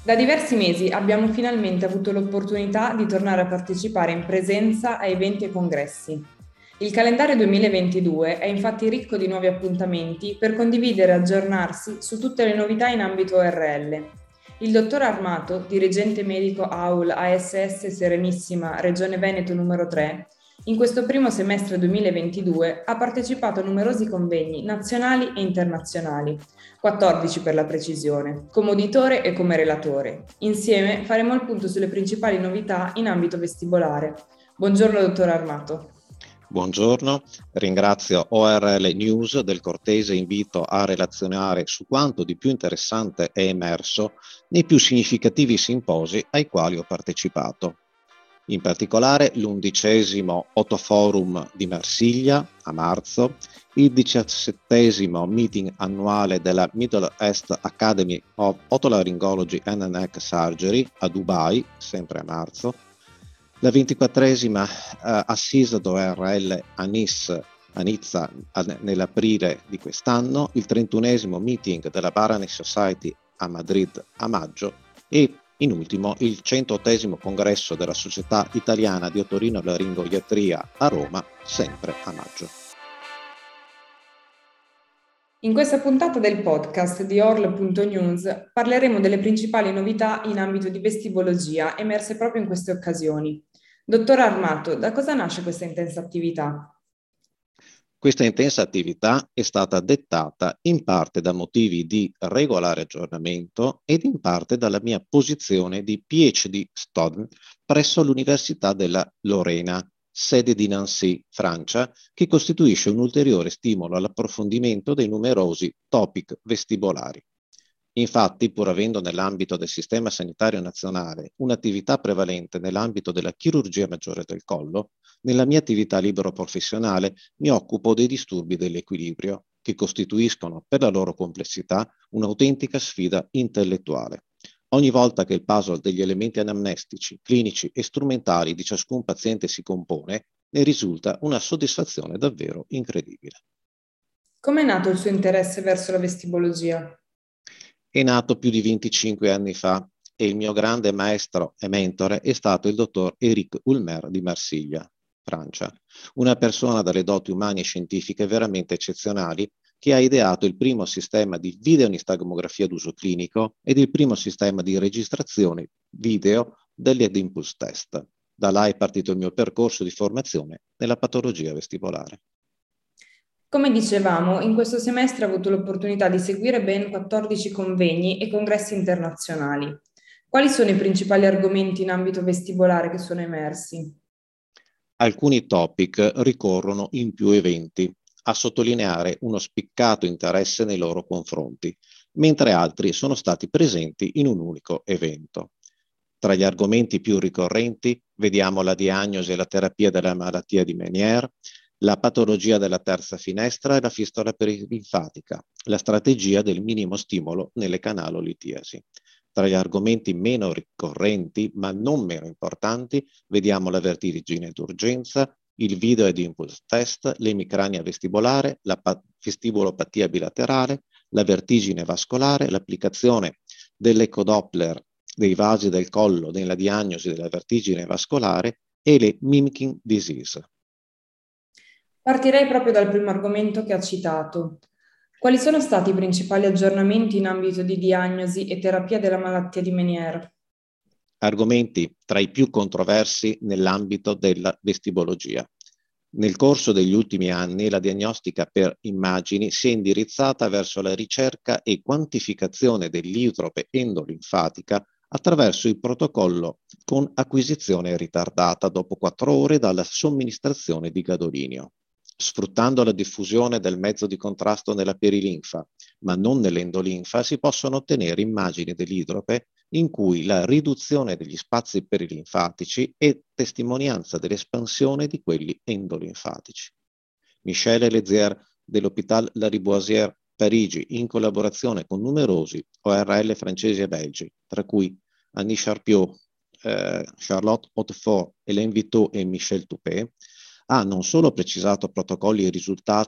Da diversi mesi abbiamo finalmente avuto l'opportunità di tornare a partecipare in presenza a eventi e congressi. Il calendario 2022 è infatti ricco di nuovi appuntamenti per condividere e aggiornarsi su tutte le novità in ambito ORL. Il dottor Armato, dirigente medico AUL ASS Serenissima Regione Veneto numero 3, in questo primo semestre 2022 ha partecipato a numerosi convegni nazionali e internazionali, 14 per la precisione, come uditore e come relatore. Insieme faremo il punto sulle principali novità in ambito vestibolare. Buongiorno, dottor Armato. Buongiorno, ringrazio ORL News del cortese invito a relazionare su quanto di più interessante è emerso nei più significativi simposi ai quali ho partecipato. In particolare l'11° Otoforum di Marsiglia a marzo, il 17° meeting annuale della Middle East Academy of Otolaryngology and Neck Surgery a Dubai, sempre a marzo, la 24ª Assise d'ORL a Nizza nell'aprile di quest'anno, il 31° meeting della Baranese Society a Madrid a maggio e in ultimo il 108° congresso della Società Italiana di Otorinolaringoiatria a Roma, sempre a maggio. In questa puntata del podcast di Orl.News parleremo delle principali novità in ambito di vestibologia emerse proprio in queste occasioni. Dottor Armato, da cosa nasce questa intensa attività? Questa intensa attività è stata dettata in parte da motivi di regolare aggiornamento ed in parte dalla mia posizione di PhD student presso l'Università della Lorena, sede di Nancy, Francia, che costituisce un ulteriore stimolo all'approfondimento dei numerosi topic vestibolari. Infatti, pur avendo nell'ambito del sistema sanitario nazionale un'attività prevalente nell'ambito della chirurgia maggiore del collo, nella mia attività libero professionale mi occupo dei disturbi dell'equilibrio, che costituiscono per la loro complessità un'autentica sfida intellettuale. Ogni volta che il puzzle degli elementi anamnestici, clinici e strumentali di ciascun paziente si compone, ne risulta una soddisfazione davvero incredibile. Come è nato il suo interesse verso la vestibologia? È nato più di 25 anni fa e il mio grande maestro e mentore è stato il dottor Éric Ulmer di Marsiglia, Francia, una persona dalle doti umane e scientifiche veramente eccezionali che ha ideato il primo sistema di videonistagmografia d'uso clinico ed il primo sistema di registrazione video degli Head Impulse Test. Da là è partito il mio percorso di formazione nella patologia vestibolare. Come dicevamo, in questo semestre ho avuto l'opportunità di seguire ben 14 convegni e congressi internazionali. Quali sono i principali argomenti in ambito vestibolare che sono emersi? Alcuni topic ricorrono in più eventi, a sottolineare uno spiccato interesse nei loro confronti, mentre altri sono stati presenti in un unico evento. Tra gli argomenti più ricorrenti vediamo la diagnosi e la terapia della malattia di Meniere, la patologia della terza finestra e la fistola perilinfatica, la strategia del minimo stimolo nelle canalolitiasi. Tra gli argomenti meno ricorrenti, ma non meno importanti, vediamo la vertigine d'urgenza, il video ed impulse test, l'emicrania vestibolare, la vestibulopatia bilaterale, la vertigine vascolare, l'applicazione dell'ecodoppler dei vasi del collo nella diagnosi della vertigine vascolare e le mimicking disease. Partirei proprio dal primo argomento che ha citato. Quali sono stati i principali aggiornamenti in ambito di diagnosi e terapia della malattia di Meniere? Argomenti tra i più controversi nell'ambito della vestibologia. Nel corso degli ultimi anni la diagnostica per immagini si è indirizzata verso la ricerca e quantificazione dell'idrope endolinfatica attraverso il protocollo con acquisizione ritardata dopo 4 ore dalla somministrazione di gadolinio, sfruttando la diffusione del mezzo di contrasto nella perilinfa, ma non nell'endolinfa, si possono ottenere immagini dell'idrope in cui la riduzione degli spazi perilinfatici è testimonianza dell'espansione di quelli endolinfatici. Michel Lezier dell'Hôpital Lariboisière Parigi, in collaborazione con numerosi ORL francesi e belgi, tra cui Annie Charpiot, Charlotte Hautefort, Hélène Viteau e Michel Toupet, ha non solo precisato protocolli e risultati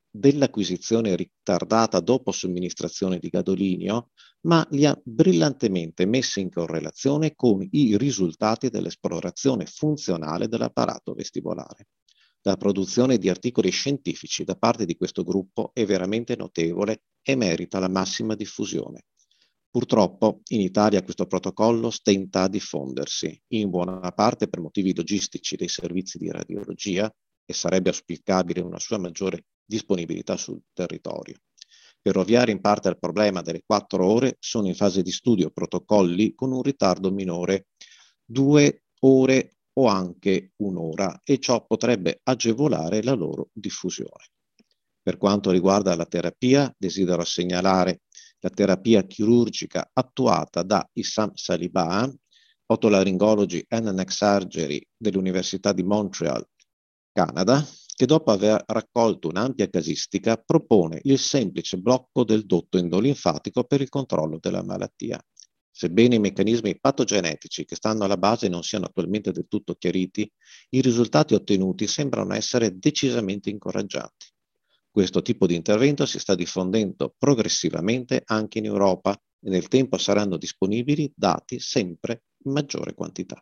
dell'acquisizione ritardata dopo somministrazione di gadolinio, ma li ha brillantemente messi in correlazione con i risultati dell'esplorazione funzionale dell'apparato vestibolare. La produzione di articoli scientifici da parte di questo gruppo è veramente notevole e merita la massima diffusione. Purtroppo in Italia questo protocollo stenta a diffondersi, in buona parte per motivi logistici dei servizi di radiologia, e sarebbe auspicabile una sua maggiore disponibilità sul territorio. Per ovviare in parte al problema delle 4 ore, sono in fase di studio protocolli con un ritardo minore, 2 ore o anche 1 ora, e ciò potrebbe agevolare la loro diffusione. Per quanto riguarda la terapia, desidero segnalare la terapia chirurgica attuata da Issam Salibah, otolaryngology and neck surgery dell'Università di Montreal, Canada, che dopo aver raccolto un'ampia casistica propone il semplice blocco del dotto endolinfatico per il controllo della malattia. Sebbene i meccanismi patogenetici che stanno alla base non siano attualmente del tutto chiariti, i risultati ottenuti sembrano essere decisamente incoraggianti. Questo tipo di intervento si sta diffondendo progressivamente anche in Europa e nel tempo saranno disponibili dati sempre in maggiore quantità.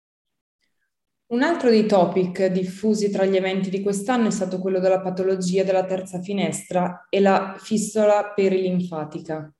Un altro dei topic diffusi tra gli eventi di quest'anno è stato quello della patologia della terza finestra e la fistola perilinfatica.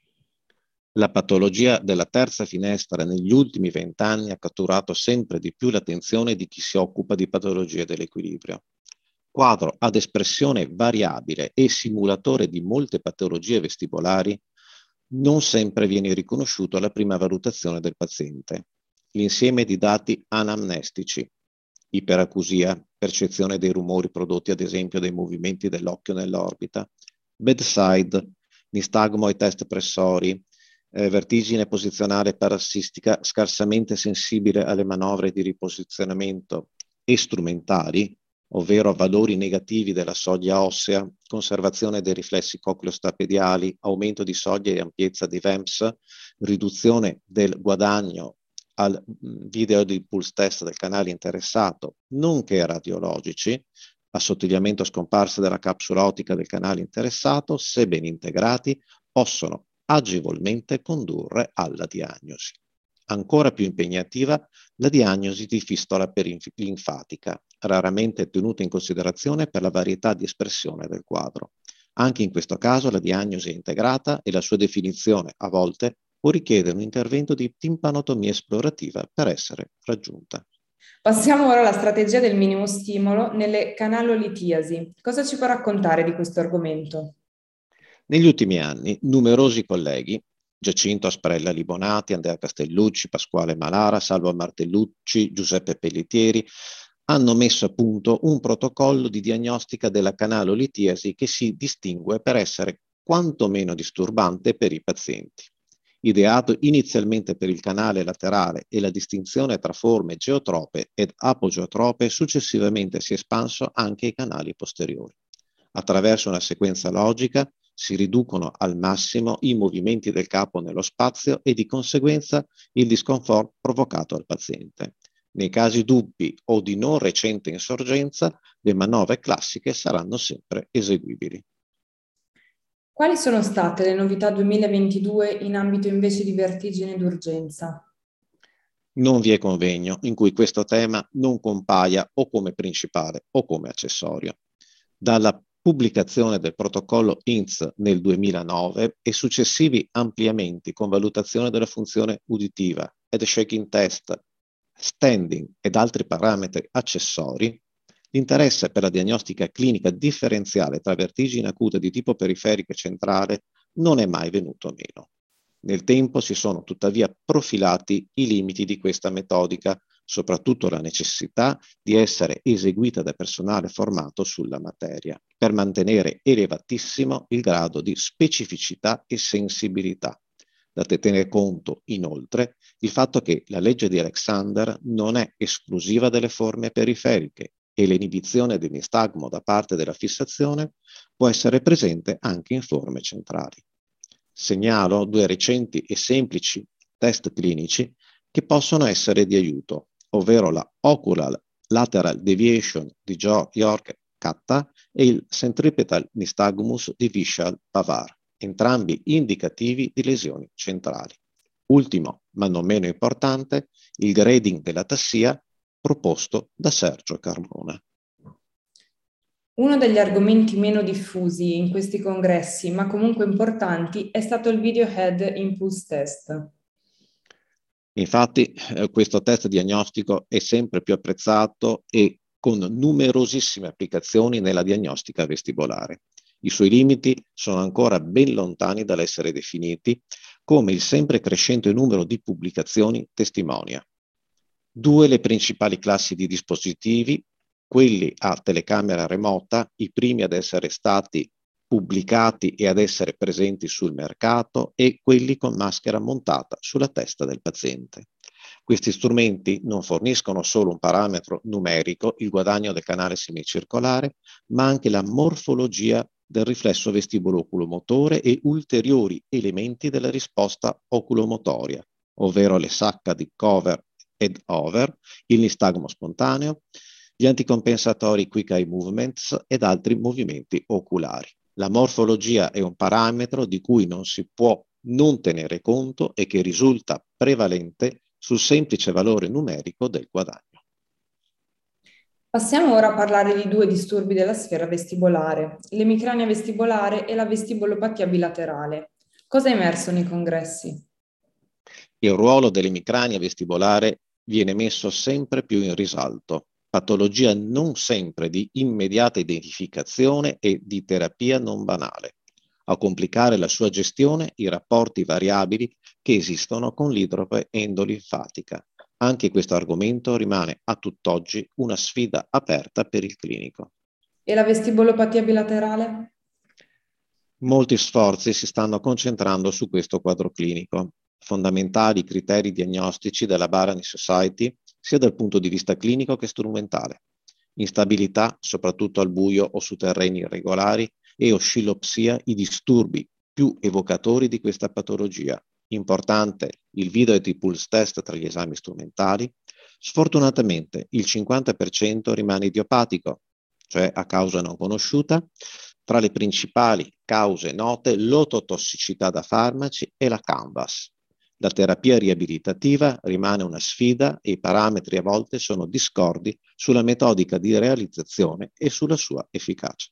La patologia della terza finestra negli ultimi 20 anni ha catturato sempre di più l'attenzione di chi si occupa di patologie dell'equilibrio. Quadro ad espressione variabile e simulatore di molte patologie vestibolari, non sempre viene riconosciuto alla prima valutazione del paziente. L'insieme di dati anamnestici, iperacusia, percezione dei rumori prodotti ad esempio dai movimenti dell'occhio nell'orbita, bedside, nistagmo e test pressori, vertigine posizionale parassistica scarsamente sensibile alle manovre di riposizionamento e strumentali, ovvero valori negativi della soglia ossea, conservazione dei riflessi cocleo-stapediali, aumento di soglia e ampiezza di VEMS, riduzione del guadagno al video di pulse test del canale interessato, nonché radiologici, assottigliamento scomparsa della capsula ottica del canale interessato, se ben integrati, possono agevolmente condurre alla diagnosi. Ancora più impegnativa la diagnosi di fistola perilinfatica, raramente tenuta in considerazione per la varietà di espressione del quadro. Anche in questo caso la diagnosi è integrata e la sua definizione, a volte, può richiedere un intervento di timpanotomia esplorativa per essere raggiunta. Passiamo ora alla strategia del minimo stimolo nelle canalolitiasi. Cosa ci può raccontare di questo argomento? Negli ultimi anni, numerosi colleghi, Giacinto Asprella Libonati, Andrea Castellucci, Pasquale Malara, Salvo Martellucci, Giuseppe Pelletieri, hanno messo a punto un protocollo di diagnostica della canalolitiasi che si distingue per essere quantomeno disturbante per i pazienti. Ideato inizialmente per il canale laterale e la distinzione tra forme geotrope ed apogeotrope, successivamente si è espanso anche ai canali posteriori. Attraverso una sequenza logica si riducono al massimo i movimenti del capo nello spazio e di conseguenza il discomfort provocato al paziente. Nei casi dubbi o di non recente insorgenza, le manovre classiche saranno sempre eseguibili. Quali sono state le novità 2022 in ambito invece di vertigine d'urgenza? Non vi è convegno in cui questo tema non compaia o come principale o come accessorio. Dalla pubblicazione del protocollo INTS nel 2009 e successivi ampliamenti con valutazione della funzione uditiva, head shaking test, standing ed altri parametri accessori, l'interesse per la diagnostica clinica differenziale tra vertigine acuta di tipo periferico e centrale non è mai venuto meno. Nel tempo si sono tuttavia profilati i limiti di questa metodica, soprattutto la necessità di essere eseguita da personale formato sulla materia, per mantenere elevatissimo il grado di specificità e sensibilità. Da tenere conto, inoltre, il fatto che la legge di Alexander non è esclusiva delle forme periferiche e l'inibizione del nistagmo da parte della fissazione può essere presente anche in forme centrali. Segnalo 2 recenti e semplici test clinici che possono essere di aiuto, ovvero la Ocular Lateral Deviation di York Katta e il Centripetal Nystagmus di Vishal-Pavar, entrambi indicativi di lesioni centrali. Ultimo, ma non meno importante, il grading della tassia proposto da Sergio Carmona. Uno degli argomenti meno diffusi in questi congressi, ma comunque importanti, è stato il Video Head Impulse Test. Infatti, questo test diagnostico è sempre più apprezzato e con numerosissime applicazioni nella diagnostica vestibolare. I suoi limiti sono ancora ben lontani dall'essere definiti, come il sempre crescente numero di pubblicazioni testimonia. Due le principali classi di dispositivi, quelli a telecamera remota, i primi ad essere stati pubblicati e ad essere presenti sul mercato, e quelli con maschera montata sulla testa del paziente. Questi strumenti non forniscono solo un parametro numerico, il guadagno del canale semicircolare, ma anche la morfologia del riflesso vestibolo-oculomotore e ulteriori elementi della risposta oculomotoria, ovvero le sacca di cover ed over, il nistagmo spontaneo, gli anticompensatori quick eye movements ed altri movimenti oculari. La morfologia è un parametro di cui non si può non tenere conto e che risulta prevalente sul semplice valore numerico del guadagno. Passiamo ora a parlare di due disturbi della sfera vestibolare, l'emicrania vestibolare e la vestibolopatia bilaterale. Cosa è emerso nei congressi? Il ruolo dell'emicrania vestibolare viene messo sempre più in risalto. Patologia non sempre di immediata identificazione e di terapia non banale. A complicare la sua gestione i rapporti variabili che esistono con l'idrope endolinfatica. Anche questo argomento rimane a tutt'oggi una sfida aperta per il clinico. E la vestibolopatia bilaterale? Molti sforzi si stanno concentrando su questo quadro clinico. Fondamentali criteri diagnostici della Barani Society sia dal punto di vista clinico che strumentale. Instabilità, soprattutto al buio o su terreni irregolari, e oscillopsia, i disturbi più evocatori di questa patologia. Importante il video e pulse test tra gli esami strumentali. Sfortunatamente il 50% rimane idiopatico, cioè a causa non conosciuta. Tra le principali cause note l'ototossicità da farmaci e la Canvas. La terapia riabilitativa rimane una sfida e i parametri a volte sono discordi sulla metodica di realizzazione e sulla sua efficacia.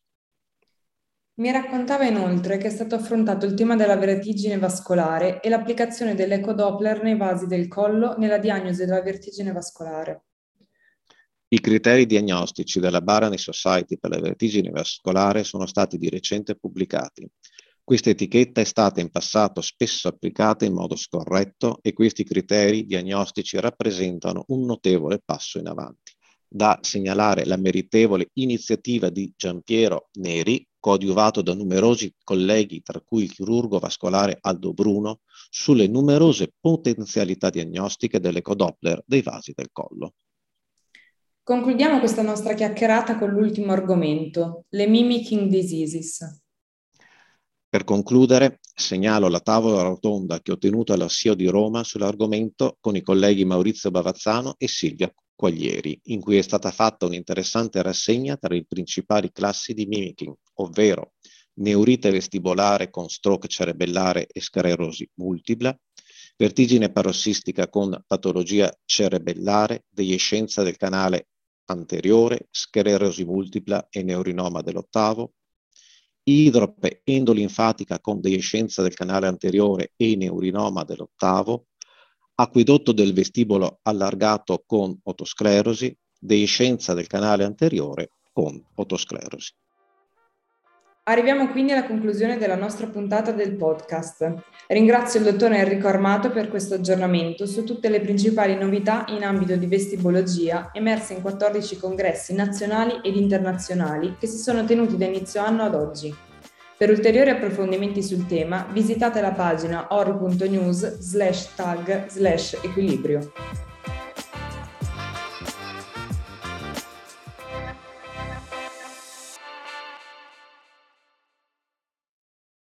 Mi raccontava inoltre che è stato affrontato il tema della vertigine vascolare e l'applicazione dell'ecodoppler nei vasi del collo nella diagnosi della vertigine vascolare. I criteri diagnostici della Barani Society per la vertigine vascolare sono stati di recente pubblicati. Questa etichetta è stata in passato spesso applicata in modo scorretto e questi criteri diagnostici rappresentano un notevole passo in avanti. Da segnalare la meritevole iniziativa di Giampiero Neri, coadiuvato da numerosi colleghi, tra cui il chirurgo vascolare Aldo Bruno, sulle numerose potenzialità diagnostiche dell'ecodoppler dei vasi del collo. Concludiamo questa nostra chiacchierata con l'ultimo argomento, le mimicking diseases. Per concludere, segnalo la tavola rotonda che ho tenuto alla SIO di Roma sull'argomento con i colleghi Maurizio Bavazzano e Silvia Quaglieri, in cui è stata fatta un'interessante rassegna tra le principali classi di mimicking, ovvero neurite vestibolare con stroke cerebellare e sclerosi multipla, vertigine parossistica con patologia cerebellare, deiscenza del canale anteriore, sclerosi multipla e neurinoma dell'ottavo, idrope endolinfatica con deiscenza del canale anteriore e neurinoma dell'ottavo, acquedotto del vestibolo allargato con otosclerosi, deiscenza del canale anteriore con otosclerosi. Arriviamo quindi alla conclusione della nostra puntata del podcast. Ringrazio il dottor Enrico Armato per questo aggiornamento su tutte le principali novità in ambito di vestibologia emerse in 14 congressi nazionali ed internazionali che si sono tenuti da inizio anno ad oggi. Per ulteriori approfondimenti sul tema visitate la pagina or.news/tag/equilibrio.